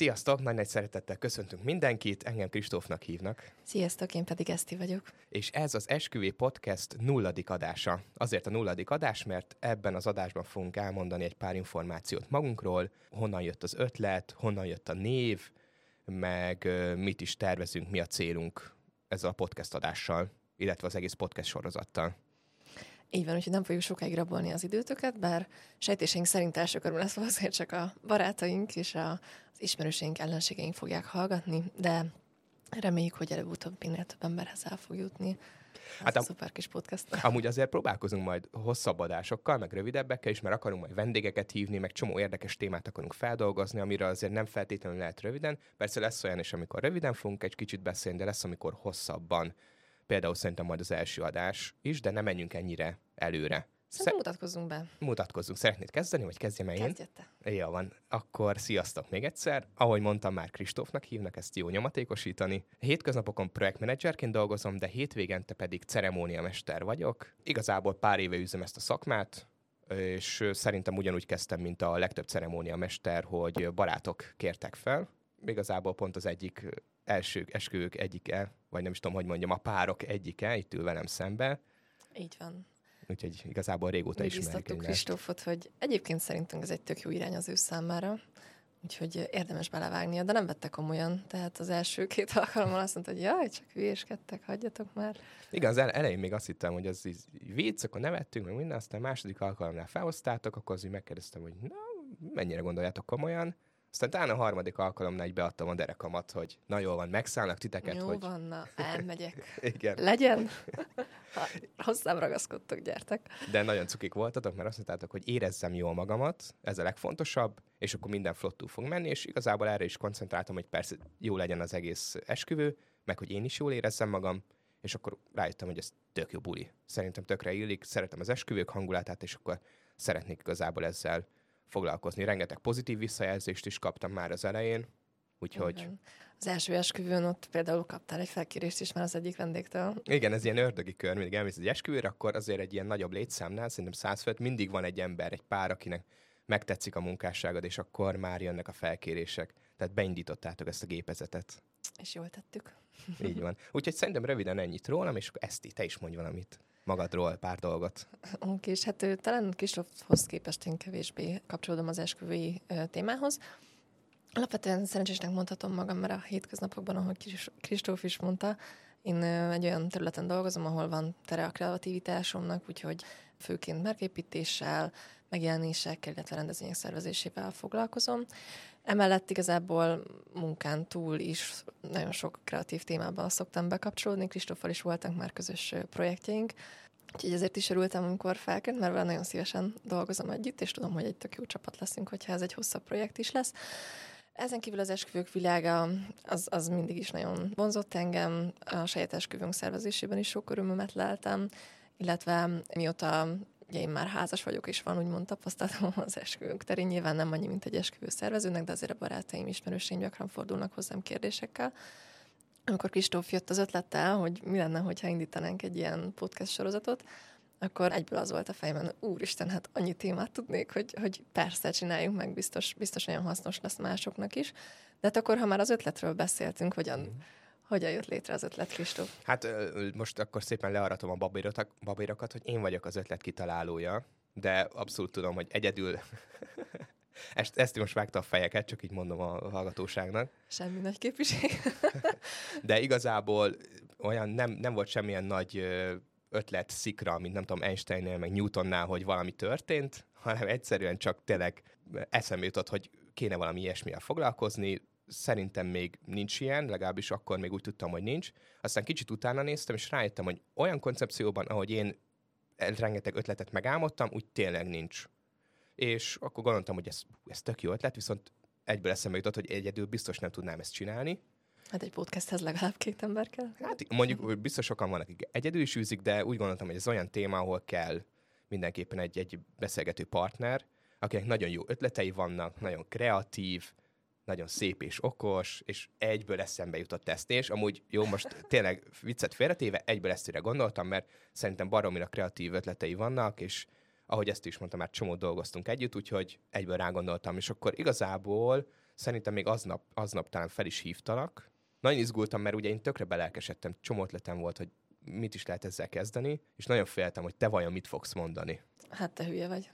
Sziasztok! Nagy szeretettel köszöntünk mindenkit, engem Kristófnak hívnak. Sziasztok, én pedig Eszti vagyok. És ez az Esküvé Podcast 0. adása. Azért a 0. adás, mert ebben az adásban fogunk elmondani egy pár információt magunkról, honnan jött az ötlet, honnan jött a név, meg mit is tervezünk, mi a célunk ezzel a podcast adással, illetve az egész podcast sorozattal. Így van, úgyhogy nem fogjuk sokáig rabolni az időtöket, bár sejtéseink szerint első körül lesz valószínűleg csak a barátaink és az ismerőseink, ellenségeink fogják hallgatni, de reméljük, hogy előbb-utóbb minél több emberhez el fog jutni. Hát a szuper kis podcast. Amúgy azért próbálkozunk majd hosszabb adásokkal, meg rövidebbekkel is, mert akarunk majd vendégeket hívni, meg csomó érdekes témát akarunk feldolgozni, amiről azért nem feltétlenül lehet röviden. Persze lesz olyan is, amikor röviden fogunk egy kicsit beszélni, de lesz, amikor hosszabban. Például szerintem majd az első adás is, de nem menjünk ennyire előre. Szerintem mutatkozzunk be. Mutatkozzunk. Szeretnéd kezdeni, vagy kezdjem én? Kezdjette. Jó van. Akkor sziasztok még egyszer. Ahogy mondtam, már Kristófnak hívnak, ezt jó nyomatékosítani. Hétköznapokon projektmenedzserként dolgozom, de hétvégente pedig ceremóniamester vagyok. Igazából pár éve üzem ezt a szakmát, és szerintem ugyanúgy kezdtem, mint a legtöbb ceremóniamester, hogy barátok kértek fel. Igazából pont az egyik első esküvők egyike, vagy nem is tudom, hogy mondjam, a párok egyike, itt ül velem szembe. Így van. Úgyhogy igazából régóta ismerjük egymást. Biztattuk Kristófot, hogy egyébként szerintünk ez egy tök jó irány az ő számára, úgyhogy érdemes belevágnia, de nem vette komolyan. Tehát az első 2 alkalommal azt mondta, hogy jaj, csak hülyéskedtek, hagyjatok már. Igen, az elején még azt hittem, hogy az vicc, akkor nevettünk, meg minden, aztán második alkalomnál felhoztátok, akkor az így megkérdeztem, hogy na, mennyire gondoljátok komolyan. Aztán talán a harmadik alkalomnál így beadtam a derekamat, hogy na jól van, megszállnak titeket, jó hogy... van, na, elmegyek. Igen. Legyen. Hozzám ragaszkodtok, gyertek. De nagyon cukik voltatok, mert azt mondtátok, hogy érezzem jól magamat, ez a legfontosabb, és akkor minden flottul fog menni, és igazából erre is koncentráltam, hogy persze jó legyen az egész esküvő, meg hogy én is jól érezzem magam, és akkor rájöttem, hogy ez tök jó buli. Szerintem tökre illik, szeretem az esküvők hangulatát, és akkor szeretnék igazából ezzel foglalkozni. Rengeteg pozitív visszajelzést is kaptam már az elején, úgyhogy... Igen. Az első esküvőn ott például kaptál egy felkérést is már az egyik vendégtől. Igen, ez ilyen ördögi kör, mindig elmész egy esküvőre, akkor azért egy ilyen nagyobb létszámnál, szerintem 100 fölött mindig van egy ember, egy pár, akinek megtetszik a munkásságod, és akkor már jönnek a felkérések. Tehát beindítottátok ezt a gépezetet. És jól tettük. Így van. Úgyhogy szerintem röviden ennyit rólam, és akkor Eszti, te is mondj valamit magadról, pár dolgot. Oké, és hát talán Kristófhoz képest én kevésbé kapcsolódom az esküvői témához. Alapvetően szerencsésnek mondhatom magam, mert a hétköznapokban, ahogy Kristóf is mondta, én egy olyan területen dolgozom, ahol van tere a kreativitásomnak, úgyhogy főként márkaépítéssel, megjelenésekkel, illetve rendezvények szervezésével foglalkozom. Emellett igazából munkán túl is nagyon sok kreatív témában szoktam bekapcsolódni. Kristóffal is voltak már közös projektjeink, úgyhogy ezért is örültem, amikor felkent, mert vele nagyon szívesen dolgozom együtt, és tudom, hogy egy tök jó csapat leszünk, hogyha ez egy hosszabb projekt is lesz. Ezen kívül az esküvők világa az mindig is nagyon vonzott engem, a saját esküvőnk szervezésében is sok örömömet leltem, illetve mióta ugye én már házas vagyok, és van úgymond tapasztalatom az esküvőnk terén, nyilván nem annyi, mint egy esküvő szervezőnek, de azért a barátaim, ismerőseim gyakran fordulnak hozzám kérdésekkel. Amikor Kristóf jött az ötlettel, hogy mi lenne, hogyha indítanánk egy ilyen podcast sorozatot, akkor egyből az volt a fejemben, úristen, hát annyi témát tudnék, hogy persze csináljuk meg, biztos nagyon hasznos lesz másoknak is. De hát akkor, ha már az ötletről beszéltünk, hogyan jött létre az ötlet, Kristóf? Hát most akkor szépen learatom a babérokat, hogy én vagyok az ötlet kitalálója, de abszolút tudom, hogy egyedül... Ezt most vágta a fejeket, csak így mondom a hallgatóságnak. Semmi nagy képviség. De igazából olyan nem volt semmilyen nagy ötlet szikra, mint nem tudom Einsteinnél, meg Newtonnál, hogy valami történt, hanem egyszerűen csak tényleg eszembe jutott, hogy kéne valami ilyesmivel foglalkozni. Szerintem még nincs ilyen, legalábbis akkor még úgy tudtam, hogy nincs. Aztán kicsit utána néztem, és rájöttem, hogy olyan koncepcióban, ahogy én rengeteg ötletet megálmodtam, úgy tényleg nincs. És akkor gondoltam, hogy ez tök jó ötlet, viszont egyből eszembe jutott, hogy egyedül biztos nem tudnám ezt csinálni. Hát egy podcasthez legalább 2 ember kell. Hát mondjuk biztos sokan vannak, akik egyedül is űzik, de úgy gondoltam, hogy ez olyan téma, ahol kell mindenképpen egy beszélgető partner, akinek nagyon jó ötletei vannak, nagyon kreatív, nagyon szép és okos, és egyből eszembe jutott ezt, és amúgy jó, most tényleg viccet félretéve, egyből ezt gondoltam, mert szerintem baromira kreatív ötletei vannak, és ahogy ezt is mondtam, már csomót dolgoztunk együtt, úgyhogy egyből rágondoltam, és akkor igazából Szerintem még aznap talán fel is hívtalak. Nagyon izgultam, mert ugye én tökre belelkesedtem, csomó ötletem volt, hogy mit is lehet ezzel kezdeni, és nagyon féltem, hogy te vajon mit fogsz mondani. Hát te hülye vagy.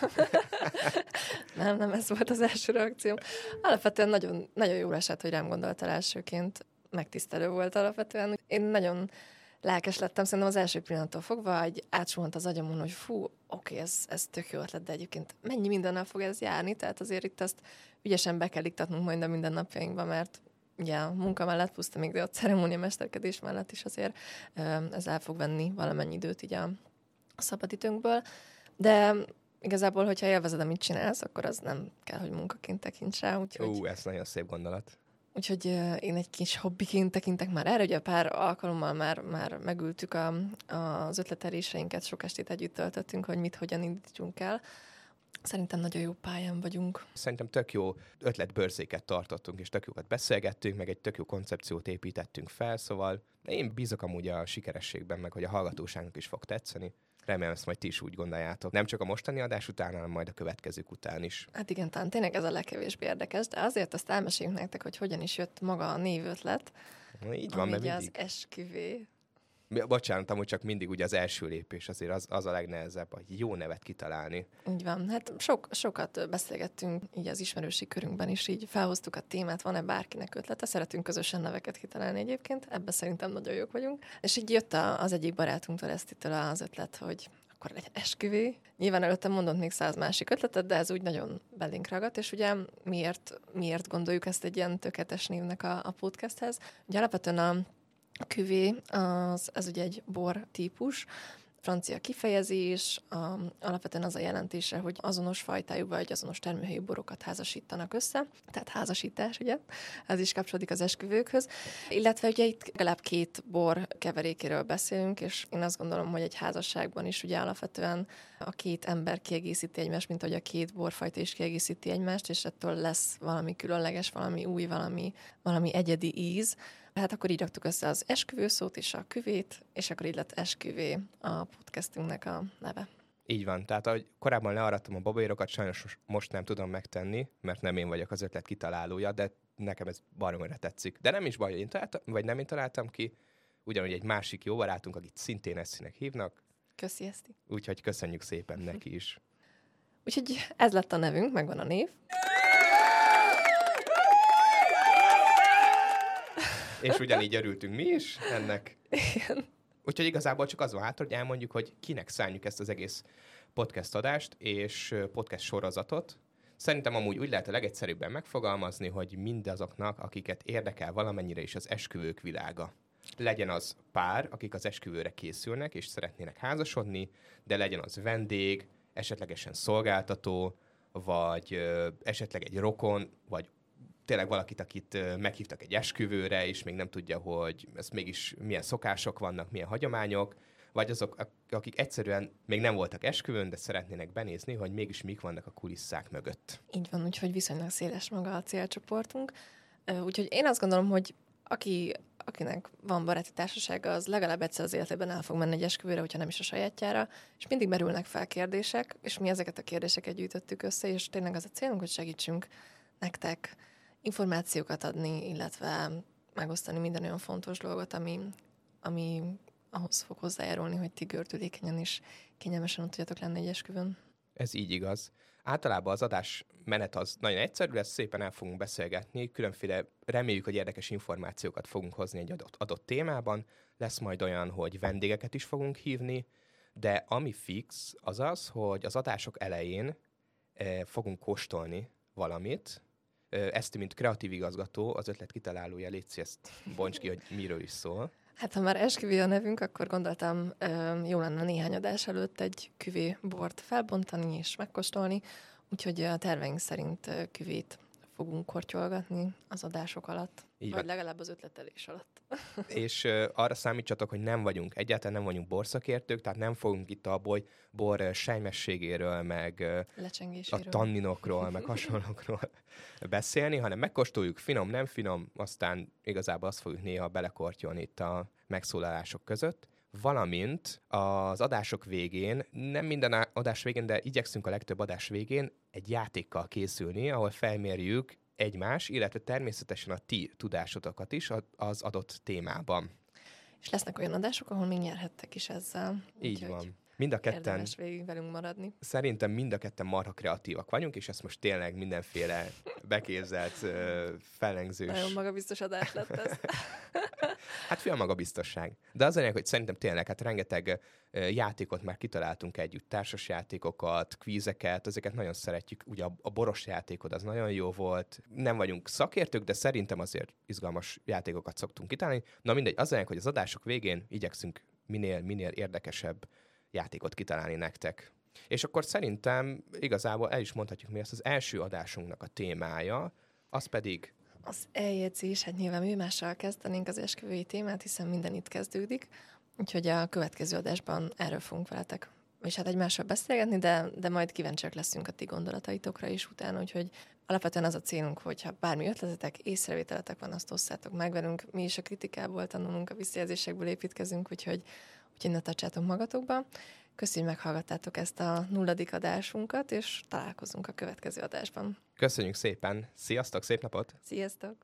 nem, ez volt az első reakcióm. Alapvetően nagyon, nagyon jól esett, hogy rám gondoltál elsőként. Megtisztelő volt alapvetően. Én nagyon lelkes lettem, szerintem az első pillanattól fogva, hogy átsuhant az agyamon, hogy oké, ez tök jó ötlet, de egyébként mennyi mindennel fog ez járni, tehát azért itt ezt ügyesen be kell iktatnunk majd a mindennapjainkba, mert ugye a munka mellett, plusz még a ceremónia mesterkedés mellett is azért ez el fog venni valamennyi időt így a szabadidőnkből, de igazából, hogyha élvezed, amit csinálsz, akkor az nem kell, hogy munkaként tekints rá. Ez nagyon szép gondolat. Úgyhogy én egy kis hobbiként tekintek már erre, ugye pár alkalommal már megültük az ötleteléseinket, sok estét együtt töltöttünk, hogy hogyan indítsunk el. Szerintem nagyon jó pályán vagyunk. Szerintem tök jó ötletbörzéket tartottunk, és tök jókat beszélgettünk, meg egy tök jó koncepciót építettünk fel, szóval én bízok amúgy a sikerességben, meg hogy a hallgatóságnak is fog tetszeni. Remélem, ezt majd ti is úgy gondoljátok. Nem csak a mostani adás után, hanem majd a következők után is. Hát igen, talán tényleg ez a legkevésbé érdekes, de azért azt elmeséljük nektek, hogy hogyan is jött maga a névötlet. Így van, mert mindig. Az esküvé. Bocsánat, amúgy csak mindig ugye az első lépés, azért az a legnehezebb, a jó nevet kitalálni. Így van, hát sokat beszélgettünk így az ismerősi körünkben is, így felhoztuk a témát, van-e bárkinek ötlete, szeretünk közösen neveket kitalálni egyébként, ebben szerintem nagyon jók vagyunk. És így jött az egyik barátunktól Esztitől az ötlet, hogy akkor legyen esküvé. Nyilván előtte mondott még 100 másik ötletet, de ez úgy nagyon belénk ragadt, és ugye miért gondoljuk ezt egy ilyen tökéletes névnek a podcasthez? Ugye alapvetően a küvé, az ugye egy bor típus, francia kifejezés, alapvetően az a jelentése, hogy azonos fajtájú vagy azonos termőhelyű borokat házasítanak össze, tehát házasítás, ugye, ez is kapcsolódik az esküvőkhöz, illetve ugye itt legalább 2 bor keverékéről beszélünk, és én azt gondolom, hogy egy házasságban is ugye alapvetően a 2 ember kiegészíti egymást, mint hogy a 2 borfajta is kiegészíti egymást, és ettől lesz valami különleges, valami új, valami egyedi íz. Hát akkor így raktuk össze az esküvő szót és a küvét, és akkor így lett esküvé a podcastunknak a neve. Így van, tehát ahogy korábban learadtam a babérokat, sajnos most nem tudom megtenni, mert nem én vagyok az ötlet kitalálója, de nekem ez baromira tetszik. De nem is baj, én találtam, vagy nem én találtam ki, ugyanúgy egy másik jó barátunk, akit szintén Esztinek hívnak. Köszi, Eszti. Úgyhogy köszönjük szépen neki is. Úgyhogy ez lett a nevünk, megvan a név. És ugyanígy örültünk mi is ennek. Igen. Úgyhogy igazából csak az van hátra, hogy elmondjuk, hogy kinek szánjuk ezt az egész podcast adást és podcast sorozatot. Szerintem amúgy úgy lehet a legegyszerűbben megfogalmazni, hogy mindazoknak, akiket érdekel valamennyire is az esküvők világa. Legyen az pár, akik az esküvőre készülnek és szeretnének házasodni, de legyen az vendég, esetlegesen szolgáltató, vagy esetleg egy rokon, vagy tényleg valakit, akit meghívtak egy esküvőre, és még nem tudja, hogy ez mégis milyen szokások vannak, milyen hagyományok, vagy azok, akik egyszerűen még nem voltak esküvőn, de szeretnének benézni, hogy mégis mik vannak a kulisszák mögött. Így van, úgyhogy viszonylag széles maga a célcsoportunk. Úgyhogy én azt gondolom, hogy akinek van baráti társasága, az legalább egyszer az életében el fog menni egy esküvőre, hogyha nem is a sajátjára, és mindig merülnek fel kérdések, és mi ezeket a kérdéseket gyűjtöttük össze, és tényleg az a célunk, hogy segítsünk nektek információkat adni, illetve megosztani minden olyan fontos dolgot, ami ahhoz fog hozzájárulni, hogy ti gördülékenyen és kényelmesen ott tudjatok lenni egy esküvőn. Ez így igaz. Általában az adás menet az nagyon egyszerű lesz, szépen el fogunk beszélgetni, különféle reméljük, hogy érdekes információkat fogunk hozni egy adott témában. Lesz majd olyan, hogy vendégeket is fogunk hívni, de ami fix az az, hogy az adások elején fogunk kóstolni valamit. Eszti, mint kreatív igazgató, az ötlet kitalálója, létszi, ezt bonts ki, hogy miről is szól. Hát ha már esküvő a nevünk, akkor gondoltam, jó lenne néhány adás előtt egy küvé bort felbontani és megkóstolni, úgyhogy a terveink szerint küvét fogunk kortyolgatni az adások alatt, így vagy van. legalább az ötletelés alatt. És arra számítsatok, hogy egyáltalán nem vagyunk borszakértők, tehát nem fogunk itt a bor sejmességéről, meg a tanninokról, meg hasonlókról beszélni, hanem megkóstoljuk finom, nem finom, aztán igazából azt fogjuk néha belekortyolni itt a megszólalások között. Valamint az adások végén, nem minden adás végén, de igyekszünk a legtöbb adás végén egy játékkal készülni, ahol felmérjük egymás, illetve természetesen a ti tudásotokat is az adott témában. És lesznek olyan adások, ahol még nyerhettek is ezzel. Így van. Mind a ketten, érdemes végig velünk maradni. Szerintem mind a ketten marha kreatívak vagyunk, és ezt most tényleg mindenféle beképzelt, fellengzős... Nagyon magabiztos adás lett ez. Hát fél magabiztosság. De az a lényeg, hogy szerintem tényleg hát rengeteg játékot már kitaláltunk együtt, társasjátékokat, kvízeket, ezeket nagyon szeretjük. Ugye a boros játékod az nagyon jó volt. Nem vagyunk szakértők, de szerintem azért izgalmas játékokat szoktunk kitalálni. Na mindegy, az a lényeg, hogy az adások végén igyekszünk minél érdekesebb játékot kitalálni nektek. És akkor szerintem igazából el is mondhatjuk, mi ezt az első adásunknak a témája, az pedig... Az eljegyzés, hát nyilván mi mással kezdenénk az esküvői témát, hiszen minden itt kezdődik, úgyhogy a következő adásban erről fogunk veletek. És hát egymással beszélgetni, de majd kíváncsiak leszünk a ti gondolataitokra is utána, úgyhogy alapvetően az a célunk, hogyha bármi ötletetek, észrevételetek van, azt osszátok meg velünk. Mi is a kritikából tanulunk, a visszajelzésekből építkezünk, úgyhogy ne tartsátok magatokba. Köszönjük, meghallgattátok ezt a 0. adásunkat, és találkozunk a következő adásban. Köszönjük szépen! Sziasztok, szép napot! Sziasztok!